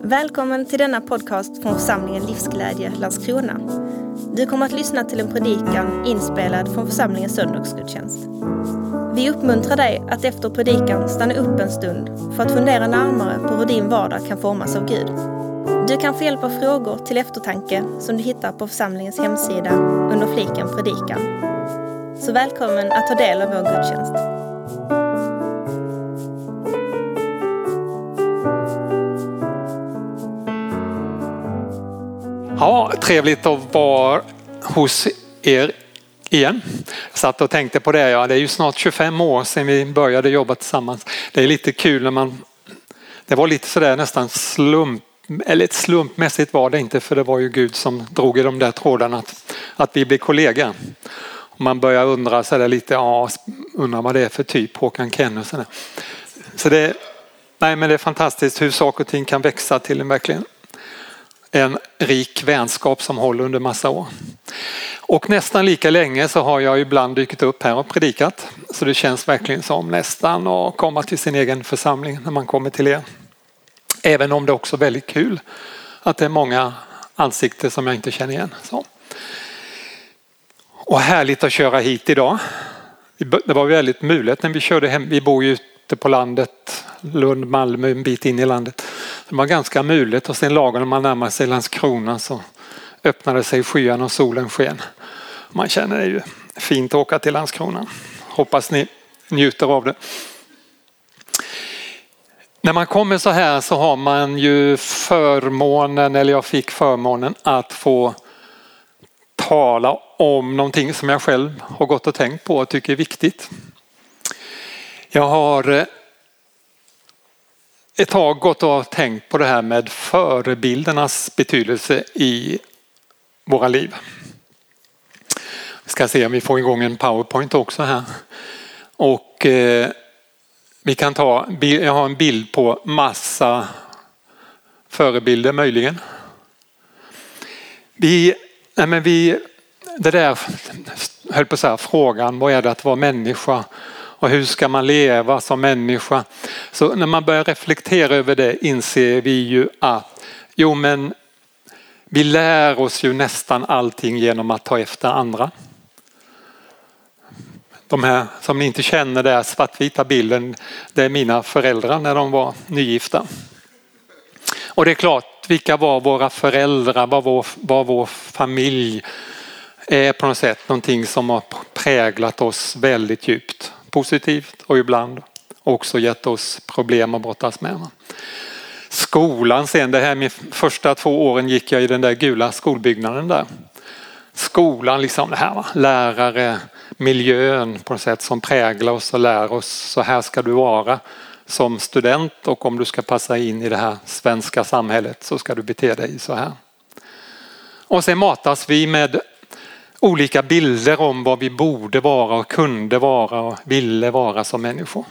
Välkommen till denna podcast från församlingen Livsglädje Landskrona. Du kommer att lyssna till en predikan inspelad från församlingens söndagsgudstjänst. Vi uppmuntrar dig att efter predikan stanna upp en stund för att fundera närmare på hur din vardag kan formas av Gud. Du kan få hjälp av frågor till eftertanke som du hittar på församlingens hemsida under fliken predikan. Så välkommen att ta del av vår gudstjänst. Ja, trevligt att vara hos er igen. Jag satt och tänkte på det. Ja, det är ju snart 25 år sedan vi började jobba tillsammans. Det är lite kul när det var lite sådär nästan slumpmässigt var det inte, för det var ju Gud som drog i de där trådarna att vi blir kollegor. Och man börjar undra sådär lite, undrar vad det är för typ, Håkan Ken och sådär. Så det är fantastiskt hur saker och ting kan växa till en rik vänskap som håller under massa år. Och nästan lika länge så har jag ibland dykt upp här och predikat. Så det känns verkligen som nästan att komma till sin egen församling när man kommer till er. Även om det också är väldigt kul att det är många ansikten som jag inte känner igen. Så. Och härligt att köra hit idag. Det var väldigt muligt när vi körde hem. Vi bor ju ute på landet, Lund, Malmö, en bit in i landet. Det var ganska muligt och sen lagom när man närmar sig Landskrona så öppnade sig skyan och solen sken. Man känner det ju fint att åka till Landskrona. Hoppas ni njuter av det. När man kommer så här så har man ju jag fick förmånen att få tala om någonting som jag själv har gått och tänkt på och tycker är viktigt. Jag har ett tag gått och tänkt på det här med förebildernas betydelse i våra liv. Vi ska se om vi får igång en PowerPoint också här. Och vi kan jag har en bild på massa förebilder möjligen. Det där höll på att säga frågan, vad är det att vara människa? Och hur ska man leva som människa? Så när man börjar reflektera över det inser vi ju att vi lär oss ju nästan allting genom att ta efter andra. De här som ni inte känner, där svartvita bilden, det är mina föräldrar när de var nygifta. Och det är klart, vilka var våra föräldrar, var vår familj är på något sätt någonting som har präglat oss väldigt djupt. Positivt och ibland också gett oss problem att brottas med. Skolan sen, min första 2 åren gick jag i den där gula skolbyggnaden där. Skolan, liksom det här, lärare, miljön på något sätt som präglar oss och lär oss. Så här ska du vara som student, och om du ska passa in i det här svenska samhället så ska du bete dig så här. Och sen matas vi med olika bilder om vad vi borde vara och kunde vara och ville vara som människor.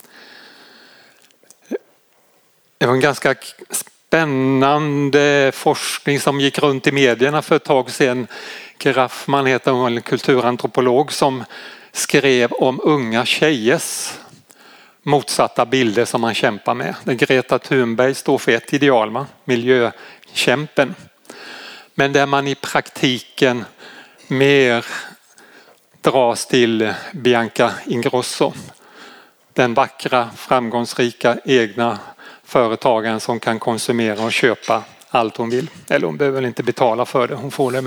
Det var en ganska spännande forskning som gick runt i medierna för ett tag sedan. Graffman heter hon, en kulturantropolog, som skrev om unga tjejers motsatta bilder som man kämpar med. Greta Thunberg står för ett ideal, miljökämpen. Men där man i praktiken mer dras till Bianca Ingrosso. Den vackra, framgångsrika egna företagaren som kan konsumera och köpa allt hon vill. Eller hon behöver inte betala för det, hon får det.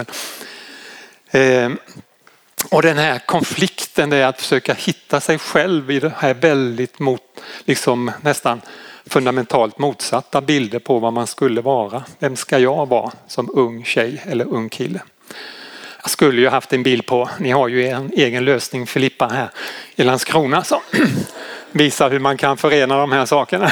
Och den här konflikten är att försöka hitta sig själv i det här väldigt nästan fundamentalt motsatta bilder på vad man skulle vara. Vem ska jag vara som ung tjej eller ung kille? Jag skulle ju haft en bild på, ni har ju en egen lösning, Filippa här i Landskrona, som visar hur man kan förena de här sakerna.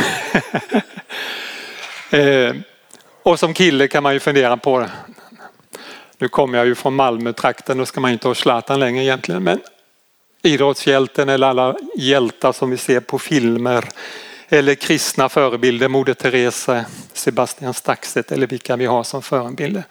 Och som kille kan man ju fundera på det. Nu kommer jag ju från Malmö-trakten, då ska man inte ha Zlatan längre egentligen, men idrottshjälten eller alla hjältar som vi ser på filmer eller kristna förebilder, Moder Teresa, Sebastian Staxet eller vilka vi har som förebilder.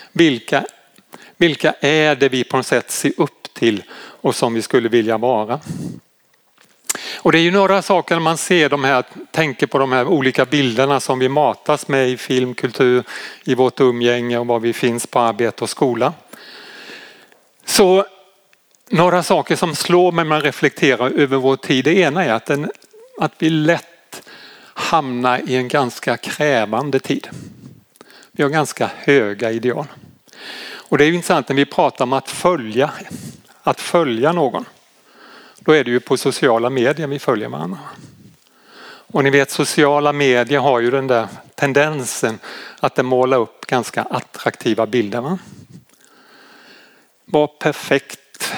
Vilka är det vi på något sätt ser upp till och som vi skulle vilja vara? Och det är ju några saker när man ser de här, tänker på de här olika bilderna som vi matas med i film, kultur, i vårt umgänge och var vi finns på arbete och skola. Så några saker som slår mig när man reflekterar över vår tid. Det ena är att vi lätt hamnar i en ganska krävande tid. Vi har ganska höga ideal. Och det är ju intressant när vi pratar om att följa någon. Då är det ju på sociala medier vi följer varandra. Och ni vet, sociala medier har ju den där tendensen att det målar upp ganska attraktiva bilder. Va? Var perfekt.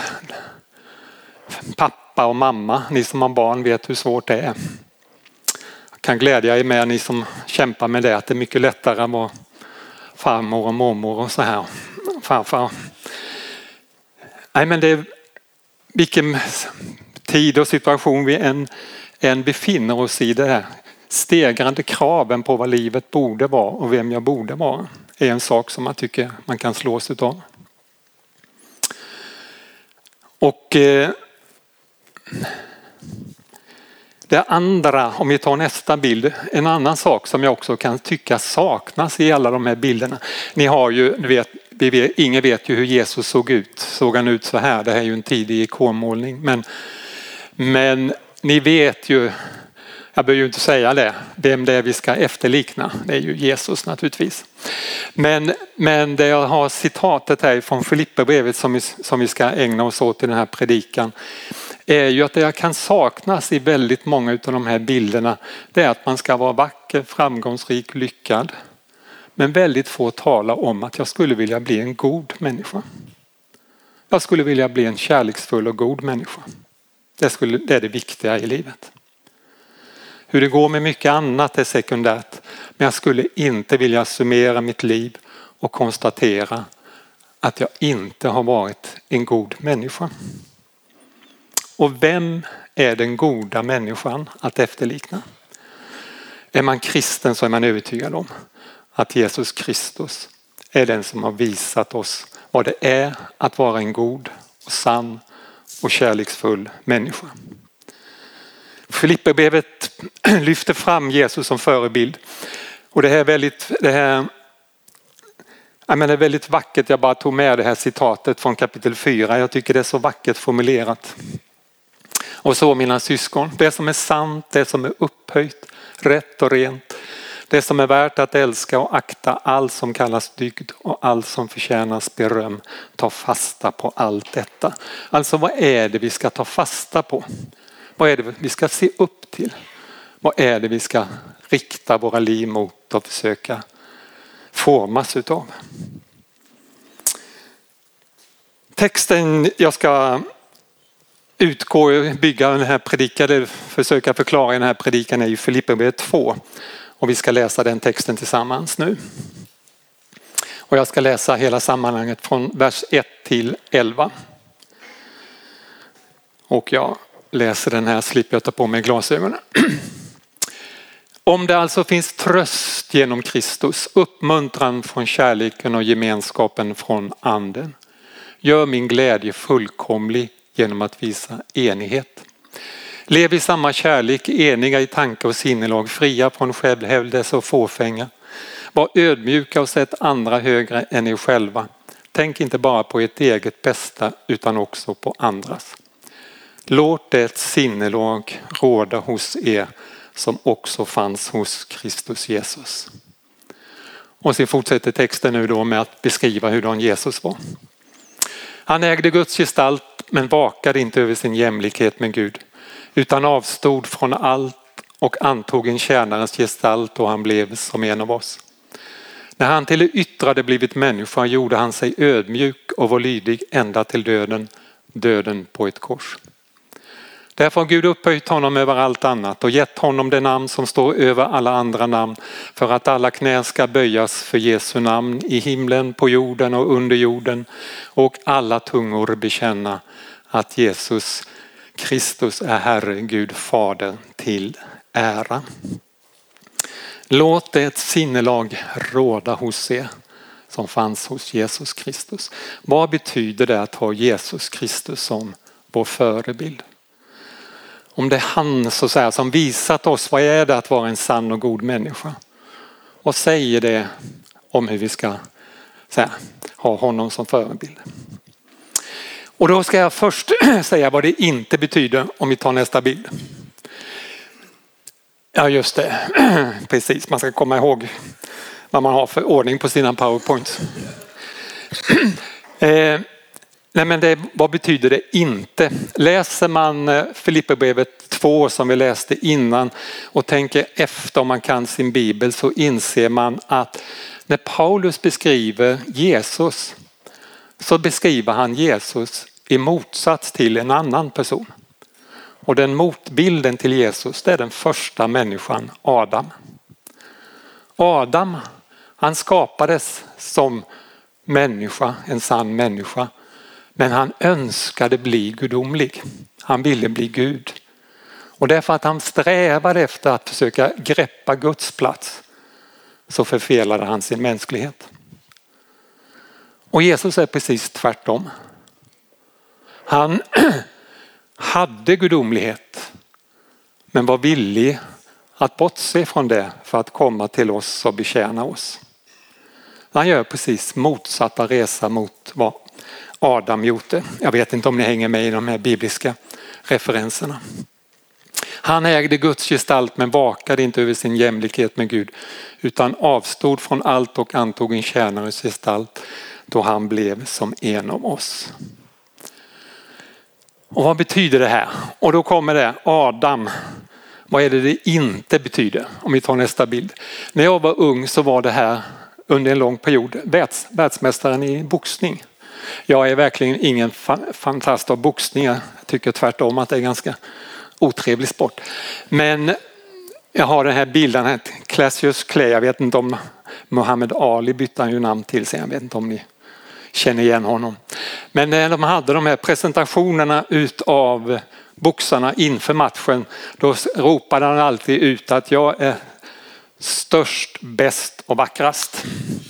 Pappa och mamma, ni som har barn vet hur svårt det är. Jag kan glädja er med, ni som kämpar med det, att det är mycket lättare att vara farmor och mormor och så här. Farfar. Nej, men det är vilken tid och situation vi än befinner oss i, det här stegrande kraven på vad livet borde vara och vem jag borde vara är en sak som man tycker man kan slås utav. Och det andra, om vi tar nästa bild, en annan sak som jag också kan tycka saknas i alla de här bilderna. Ni har ju, ingen vet ju hur Jesus såg ut. Såg han ut så här? Det här är ju en tidig ikonmålning. Men ni vet ju, jag behöver ju inte säga det, vem det är vi ska efterlikna. Det är ju Jesus naturligtvis. Men det jag har citatet här från Filipperbrevet som vi ska ägna oss åt i den här predikan är ju att det jag kan saknas i väldigt många av de här bilderna, det är att man ska vara vacker, framgångsrik, lyckad. Men väldigt få talar om att jag skulle vilja bli en god människa. Jag skulle vilja bli en kärleksfull och god människa. Det är det viktiga i livet. Hur det går med mycket annat är sekundärt. Men jag skulle inte vilja summera mitt liv och konstatera att jag inte har varit en god människa. Och vem är den goda människan att efterlikna? Är man kristen så är man övertygad om att Jesus Kristus är den som har visat oss vad det är att vara en god och sann och kärleksfull människa. Filipperbrevet lyfter fram Jesus som förebild. Och det är väldigt vackert. Jag bara tog med det här citatet från kapitel 4. Jag tycker det är så vackert formulerat. Och så mina syskon, det som är sant, det som är upphöjt, rätt och rent, det som är värt att älska och akta, allt som kallas dygd och allt som förtjänas beröm, ta fasta på allt detta. Alltså vad är det vi ska ta fasta på? Vad är det vi ska se upp till? Vad är det vi ska rikta våra liv mot och försöka formas utav? Texten jag ska bygga den här predikan, försöka förklara den här predikan är ju Filipperbrevet 2. Och vi ska läsa den texten tillsammans nu. Och jag ska läsa hela sammanhanget från vers 1 till 11. Och jag läser den här, slipper jag ta på mig glasögonen. Om det alltså finns tröst genom Kristus, uppmuntran från kärleken och gemenskapen från anden, gör min glädje fullkomlig genom att visa enighet. Lev i samma kärlek, eniga i tanke och sinnelag, fria från självhävdelse och fåfänga. Var ödmjuka och sätt andra högre än er själva. Tänk inte bara på ert eget bästa utan också på andras. Låt det sinnelag råda hos er som också fanns hos Kristus Jesus. Och så fortsätter texten nu då med att beskriva hur Jesus var. Han ägde Guds gestalt men vakade inte över sin jämlikhet med Gud, utan avstod från allt och antog en tjänarens gestalt och han blev som en av oss. När han till det yttre hade blivit människa gjorde han sig ödmjuk och var lydig ända till döden på ett kors. Därför har Gud upphöjt honom över allt annat och gett honom det namn som står över alla andra namn, för att alla knän ska böjas för Jesu namn i himlen, på jorden och under jorden, och alla tungor bekänna att Jesus Kristus är Herre, Gud Fader till ära. Låt det sinnelag råda hos er som fanns hos Jesus Kristus. Vad betyder det att ha Jesus Kristus som vår förebild? Om det är han så att säga, som visat oss vad är det att vara en sann och god människa. Och säger det om hur vi ska ha honom som förebild. Och då ska jag först säga vad det inte betyder om vi tar nästa bild. Ja just det, precis. Man ska komma ihåg vad man har för ordning på sina PowerPoints. Vad betyder det inte? Läser man Filipperbrevet 2 som vi läste innan och tänker efter om man kan sin bibel, så inser man att när Paulus beskriver Jesus så beskriver han Jesus i motsats till en annan person. Och den motbilden till Jesus, det är den första människan, Adam. Adam, han skapades som människa, en sann människa. Men han önskade bli gudomlig. Han ville bli Gud. Och därför att han strävade efter att försöka greppa Guds plats, så förfelade han sin mänsklighet. Och Jesus är precis tvärtom. Han hade gudomlighet men var villig att bortse från det för att komma till oss och betjäna oss. Han gör precis motsatta resa mot vad Adam gjorde. Jag vet inte om ni hänger med i de här bibliska referenserna. Han ägde Guds gestalt men vakade inte över sin jämlikhet med Gud, utan avstod från allt och antog en tjänares gestalt då han blev som en av oss. Och vad betyder det här? Och då kommer det, Adam. Vad är det inte betyder? Om vi tar nästa bild. När jag var ung så var det här under en lång period världsmästaren i boxning. Jag är verkligen ingen fantast av boxning. Jag tycker tvärtom att det är ganska otrevlig sport. Men jag har den här bilden här, Cassius Clay. Jag vet inte om Muhammad Ali bytte han ju namn till sig. Jag vet inte om ni känner igen honom. Men när de hade de här presentationerna utav boxarna inför matchen, då ropade han alltid ut att jag är störst, bäst och vackrast.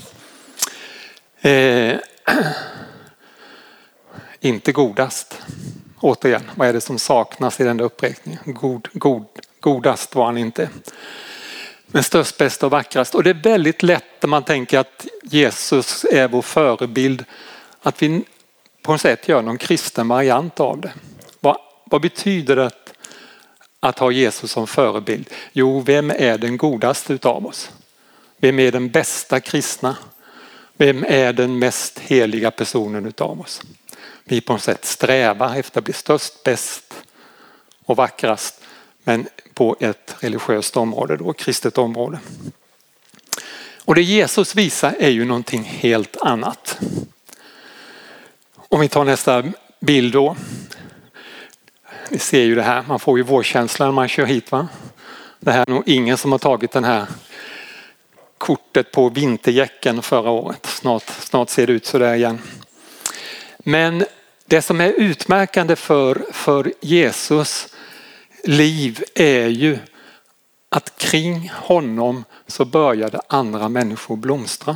Inte godast. Återigen, vad är det som saknas i den där uppräkningen? Godast var han inte. Men störst, bäst och vackrast. Och det är väldigt lätt när man tänker att Jesus är vår förebild, att vi på något sätt gör någon kristen variant av det. Vad betyder det att ha Jesus som förebild? Jo, vem är den godaste utav oss? Vem är den bästa kristna? Vem är den mest heliga personen utav oss? Vi på något sätt strävar efter att bli störst, bäst och vackrast, men på ett religiöst område, då, kristet område. Och det Jesus visar är ju någonting helt annat. Om vi tar nästa bild då. Ni ser ju det här, man får ju vårkänslan när man kör hit, va? Det här är nog ingen som har tagit den här kortet på vinterjäcken förra året. Snart ser det ut så där igen. Men det som är utmärkande för Jesus liv är ju att kring honom så började andra människor blomstra.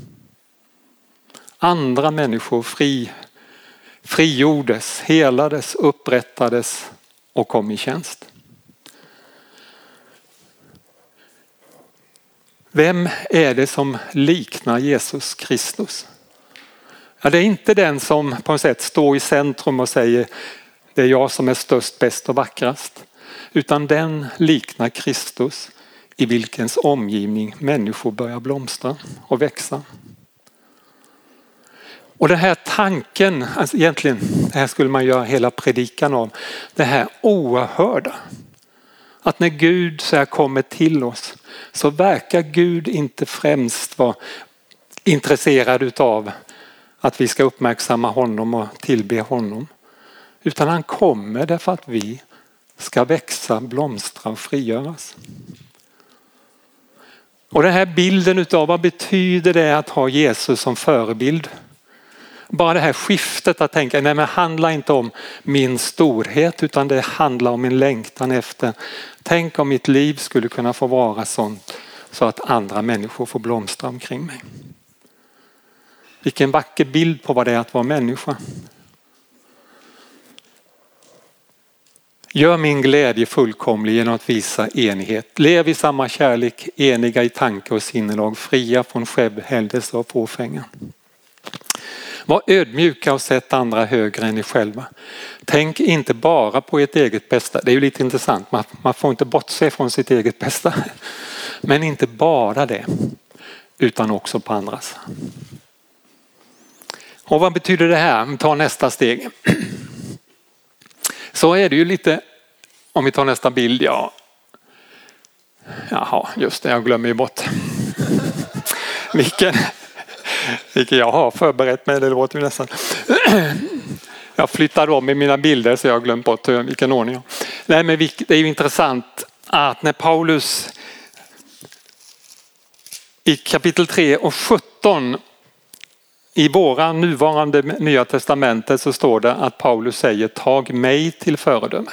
Andra människor frigjordes, helades, upprättades och kom i tjänst. Vem är det som liknar Jesus Kristus? Ja, det är inte den som på något sätt står i centrum och säger det är jag som är störst, bäst och vackrast. Utan den liknar Kristus i vilkens omgivning människor börjar blomstra och växa. Och den här tanken, alltså egentligen, det här skulle man göra hela predikan av. Det här oerhörda. Att när Gud så här kommer till oss så verkar Gud inte främst vara intresserad utav att vi ska uppmärksamma honom och tillbe honom. Utan han kommer därför att vi ska växa, blomstra och frigöras. Och den här bilden utav vad betyder det att ha Jesus som förebild? Bara det här skiftet att tänka, nej men det handlar inte om min storhet utan det handlar om min längtan efter. Tänk om mitt liv skulle kunna få vara sånt så att andra människor får blomstra omkring mig. Vilken vacker bild på vad det är att vara människa. Gör min glädje fullkomlig genom att visa enighet. Lev i samma kärlek, eniga i tanke och sinnelag, fria från självhävdelse och fåfänga. Var ödmjuka och sätt andra högre än er själva. Tänk inte bara på ert eget bästa. Det är ju lite intressant. Man får inte bortse från sitt eget bästa. Men inte bara det, utan också på andras. Och vad betyder det här? Ta nästa steg. Så är det ju lite, om vi tar nästa bild, ja. Jaha, just det, jag glömmer ju bort. Vilken jag har förberett mig, det låter ju nästan. Jag flyttade om i mina bilder så jag har glömt bort vilken ordning. Nej, men det är ju intressant att när Paulus i kapitel 3 och 17 i våra nuvarande Nya testamentet så står det att Paulus säger tag mig till föredöme.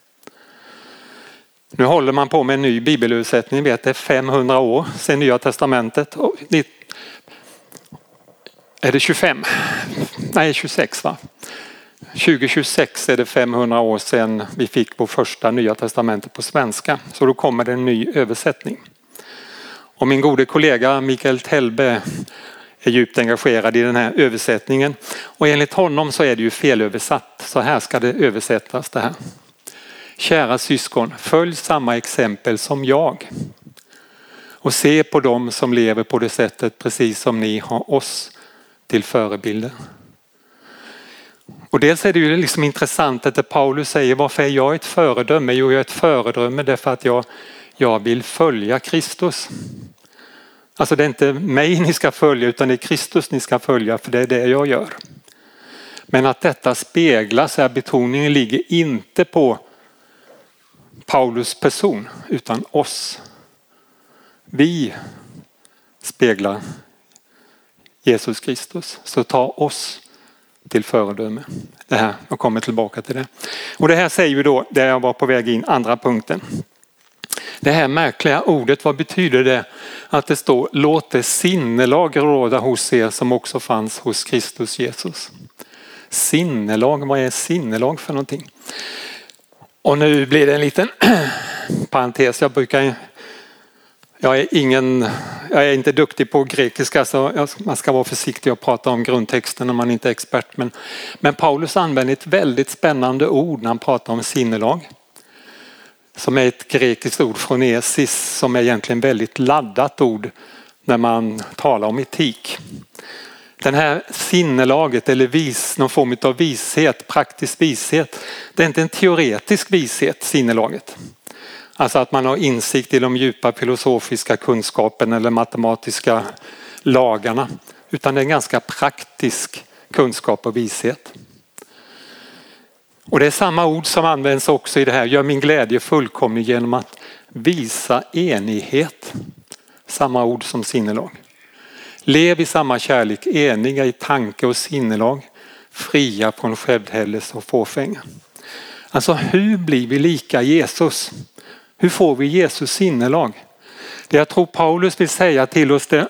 Nu håller man på med en ny bibelöversättning, vet det är 500 år sedan Nya testamentet. Är det 25? Nej, 26 va? 2026 är det 500 år sedan vi fick vår första Nya testamentet på svenska. Så då kommer det en ny översättning. Och min gode kollega Mikael Tellbe är djupt engagerad i den här översättningen. Och enligt honom så är det ju felöversatt. Så här ska det översättas det här. Kära syskon, följ samma exempel som jag. Och se på dem som lever på det sättet precis som ni har oss till förebilder. Och dels är det ju liksom intressant att Paulus säger varför är jag ett föredöme? Jo, jag är ett föredöme därför att jag vill följa Kristus. Alltså det är inte mig ni ska följa utan det är Kristus ni ska följa för det är det jag gör. Men att detta speglas, här betoningen ligger inte på Paulus person utan oss. Vi speglar Jesus Kristus. Så ta oss till föredöme. Det här, jag kommer tillbaka till det. Och det här säger ju då, där jag var på väg in, andra punkten. Det här märkliga ordet, vad betyder det? Att det står, låt det sinnelag råda hos er som också fanns hos Kristus Jesus. Sinnelag, vad är sinnelag för någonting? Och nu blir det en liten parentes. Jag är inte duktig på grekiska så man ska vara försiktig och prata om grundtexten när man inte är expert. Men Paulus använder ett väldigt spännande ord när han pratar om sinnelag. Som är ett grekiskt ord från esis som är egentligen väldigt laddat ord när man talar om etik. Den här sinnelaget eller någon form av vishet, praktisk vishet, det är inte en teoretisk vishet, sinnelaget. Alltså att man har insikt i de djupa filosofiska kunskapen eller matematiska lagarna. Utan det är en ganska praktisk kunskap och vishet. Och det är samma ord som används också i det här. Gör min glädje fullkomlig genom att visa enighet. Samma ord som sinnelag. Lev i samma kärlek, eniga i tanke och sinnelag. Fria från självhävdelse och fåfänga. Alltså hur blir vi lika Jesus? Hur får vi Jesus sinnelag? Det jag tror Paulus vill säga till oss det.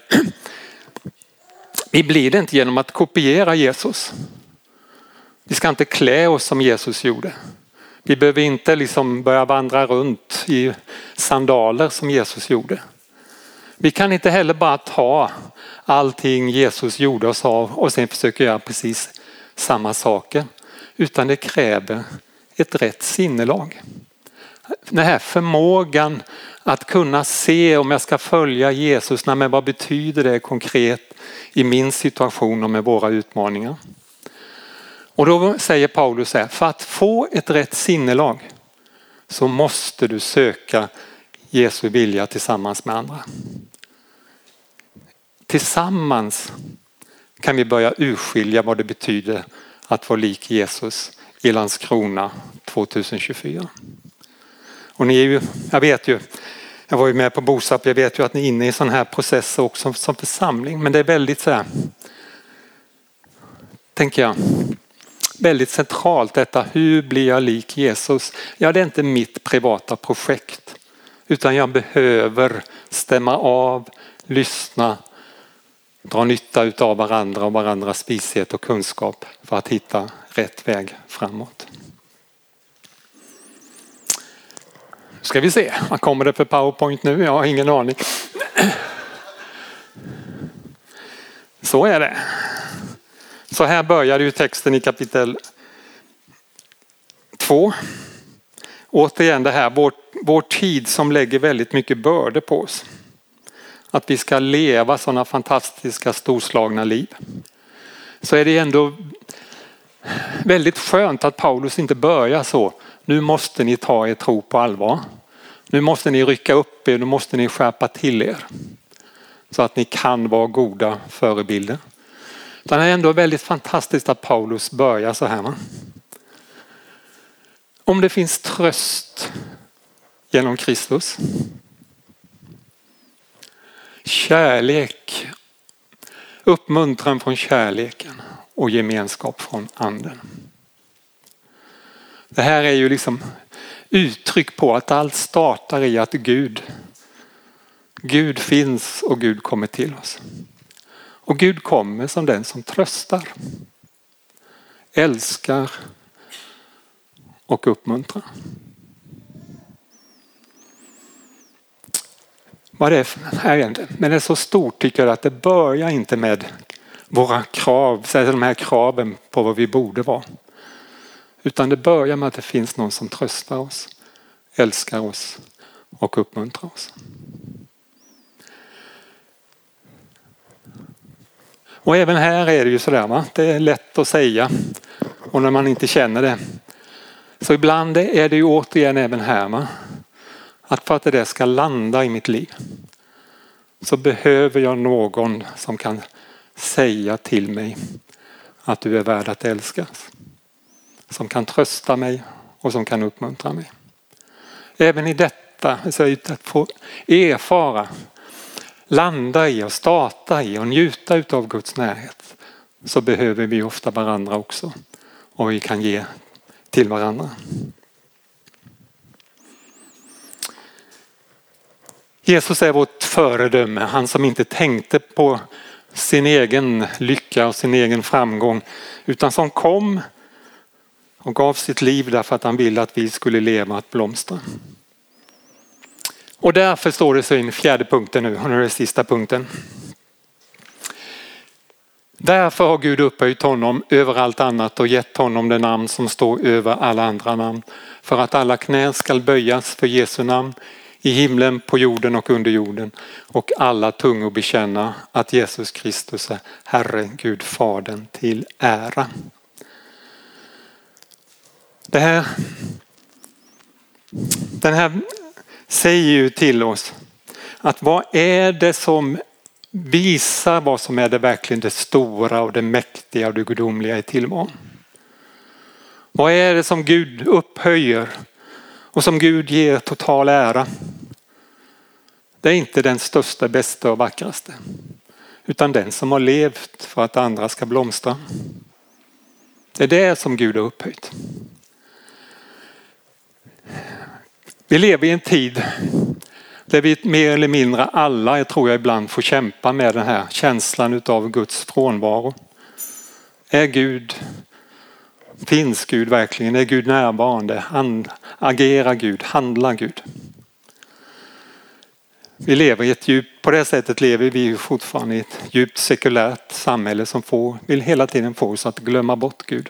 Vi blir det inte genom att kopiera Jesus. Vi ska inte klä oss som Jesus gjorde. Vi behöver inte liksom börja vandra runt i sandaler som Jesus gjorde. Vi kan inte heller bara ta allting Jesus gjorde och sa och sen försöka göra precis samma saker. Utan det kräver ett rätt sinnelag. Den här förmågan att kunna se om jag ska följa Jesus. Men vad betyder det konkret i min situation och med våra utmaningar? Och då säger Paulus här, för att få ett rätt sinnelag så måste du söka Jesu vilja tillsammans med andra. Tillsammans kan vi börja urskilja vad det betyder att vara lik Jesus i Landskrona 2024. Och ni är ju, jag var ju med på BOSAP, jag vet ju att ni är inne i sån här processer också som församling. Men det är väldigt så här, tänker jag, väldigt centralt detta, hur blir jag lik Jesus? Ja, det är inte mitt privata projekt. Utan jag behöver stämma av, lyssna, dra nytta av varandra och varandras vishet och kunskap för att hitta rätt väg framåt. Ska vi se, vad kommer det för PowerPoint nu? Jag har ingen aning. Så är det. Så här börjar ju texten i kapitel 2. Återigen det här, vår tid som lägger väldigt mycket bördor på oss. Att vi ska leva sådana fantastiska storslagna liv. Så är det ändå väldigt skönt att Paulus inte börjar så. Nu måste ni ta er tro på allvar. Nu måste ni rycka upp er, nu måste ni skärpa till er. Så att ni kan vara goda förebilder. Det är ändå väldigt fantastiskt att Paulus börjar så här. Om det finns tröst genom Kristus, kärlek, uppmuntran från kärleken och gemenskap från anden. Det här är ju liksom uttryck på att allt startar i att Gud finns och Gud kommer till oss. Och Gud kommer som den som tröstar, älskar och uppmuntrar. Vad det är här egentligen. Men det är så stort tycker jag att det börjar inte med våra krav, de här kraven på vad vi borde vara. Utan det börjar med att det finns någon som tröstar oss, älskar oss och uppmuntrar oss. Och även här är det ju sådär va. Det är lätt att säga och när man inte känner det. Så ibland är det ju återigen även här va. Att för att det ska landa i mitt liv så behöver jag någon som kan säga till mig att du är värd att älskas. Som kan trösta mig och som kan uppmuntra mig. Även i detta, så att få erfara, landa i och starta i och njuta av Guds närhet, så behöver vi ofta varandra också. Och vi kan ge till varandra. Jesus är vårt föredöme, han som inte tänkte på sin egen lycka och sin egen framgång, utan som kom och gav sitt liv därför att han ville att vi skulle leva att blomstra. Och därför står det så i den 4:e punkten nu, och nu är det sista punkten. Därför har Gud upphöjt honom över allt annat och gett honom det namn som står över alla andra namn. För att alla knän ska böjas för Jesu namn i himlen, på jorden och under jorden. Och alla tungor bekänna att Jesus Kristus är Herre, Gud Fadern till ära. Den här säger ju till oss att vad är det som visar vad som är det verkligen det stora och det mäktiga och det gudomliga i tillvaron. Vad är det som Gud upphöjer och som Gud ger total ära? Det är inte den största, bästa och vackraste, utan den som har levt för att andra ska blomstra. Det är det som Gud har upphöjt. Vi lever i en tid där vi mer eller mindre alla, jag tror jag ibland, får kämpa med den här känslan av Guds frånvaro. Är Gud, finns Gud verkligen? Är Gud närvarande? Agerar Gud? Handlar Gud? Vi lever i ett djupt, på det sättet lever vi fortfarande i ett djupt sekulärt samhälle som vill hela tiden få oss att glömma bort Gud.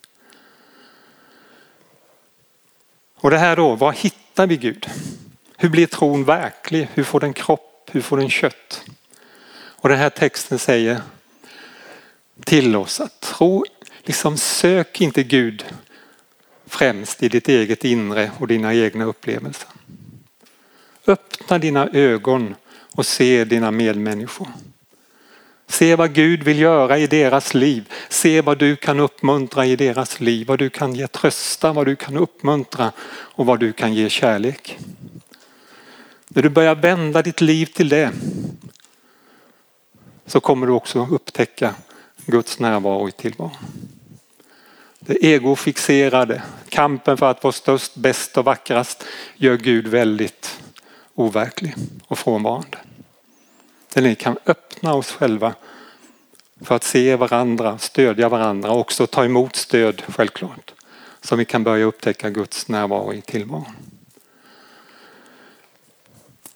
Och det här då, var hittar vi Gud? Hur blir tron verklig? Hur får den kropp? Hur får den kött? Och den här texten säger till oss att tro, liksom sök inte Gud främst i ditt eget inre och dina egna upplevelser. Öppna dina ögon och se dina medmänniskor. Se vad Gud vill göra i deras liv. Se vad du kan uppmuntra i deras liv. Vad du kan ge trösta, vad du kan uppmuntra och vad du kan ge kärlek. När du börjar vända ditt liv till det, så kommer du också upptäcka Guds närvaro i tillvaron. Det egofixerade, kampen för att vara störst, bäst och vackrast, gör Gud väldigt overklig och frånvarande. Där ni kan öppna oss själva för att se varandra, stödja varandra och också ta emot stöd, självklart. Så vi kan börja upptäcka Guds närvaro i tillvaron.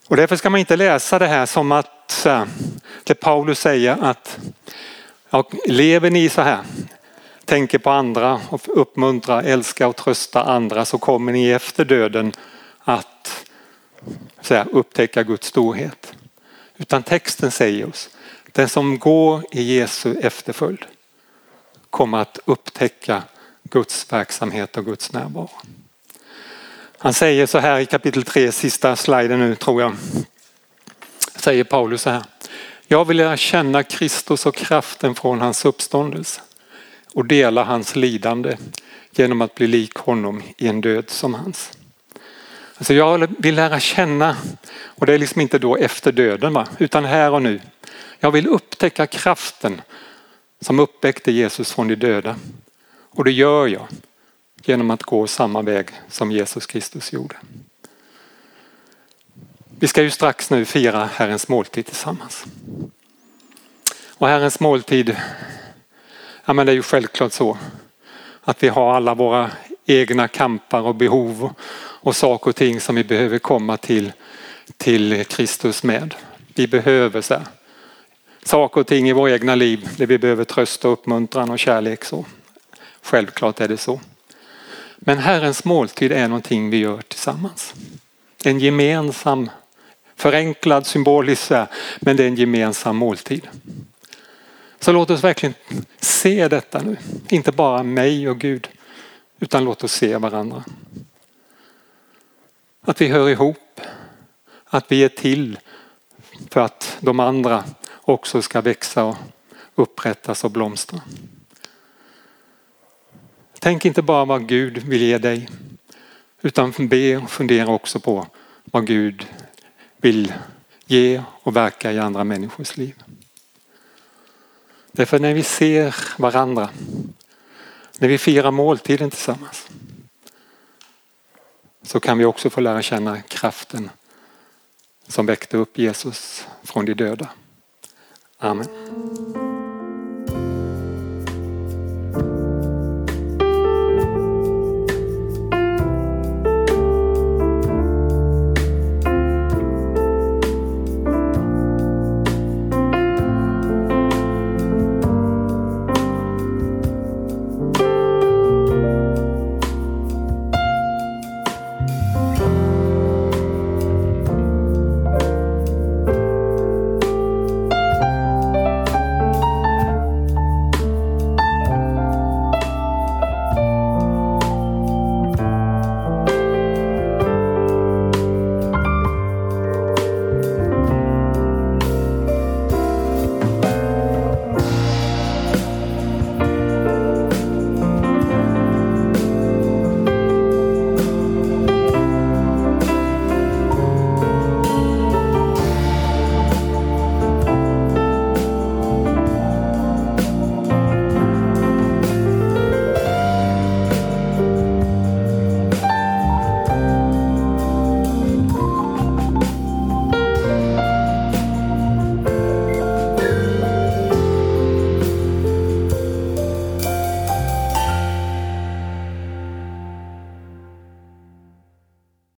Och därför ska man inte läsa det här som att det Paulus säger att lever ni så här, tänker på andra och uppmuntra, älska och trösta andra, så kommer ni efter döden att upptäcka Guds storhet. Utan texten säger oss, den som går i Jesu efterföljd kommer att upptäcka Guds verksamhet och Guds närvaro. Han säger så här i kapitel 3, sista sliden nu tror jag. Säger Paulus så här: jag vill lära känna Kristus och kraften från hans uppståndelse och dela hans lidande genom att bli lik honom i en död som hans. Alltså jag vill lära känna, och det är liksom inte då efter döden utan här och nu. Jag vill upptäcka kraften som uppväckte Jesus från de döda. Och det gör jag genom att gå samma väg som Jesus Kristus gjorde. Vi ska ju strax nu fira Herrens måltid tillsammans. Och Herrens måltid, ja men det är ju självklart så att vi har alla våra egna kampar och behov och saker och ting som vi behöver komma till Kristus med. Vi behöver saker och ting i våra egna liv där vi behöver tröst och uppmuntran och kärlek. Så. Självklart är det så. Men Herrens måltid är någonting vi gör tillsammans. En gemensam, förenklad, symbolisk, men det är en gemensam måltid. Så låt oss verkligen se detta nu. Inte bara mig och Gud, utan låt oss se varandra. Att vi hör ihop. Att vi är till för att de andra också ska växa och upprättas och blomstra. Tänk inte bara vad Gud vill ge dig, utan be och fundera också på vad Gud vill ge och verka i andra människors liv. Därför när vi ser varandra, när vi firar måltiden tillsammans, så kan vi också få lära känna kraften som väckte upp Jesus från de döda. Amen.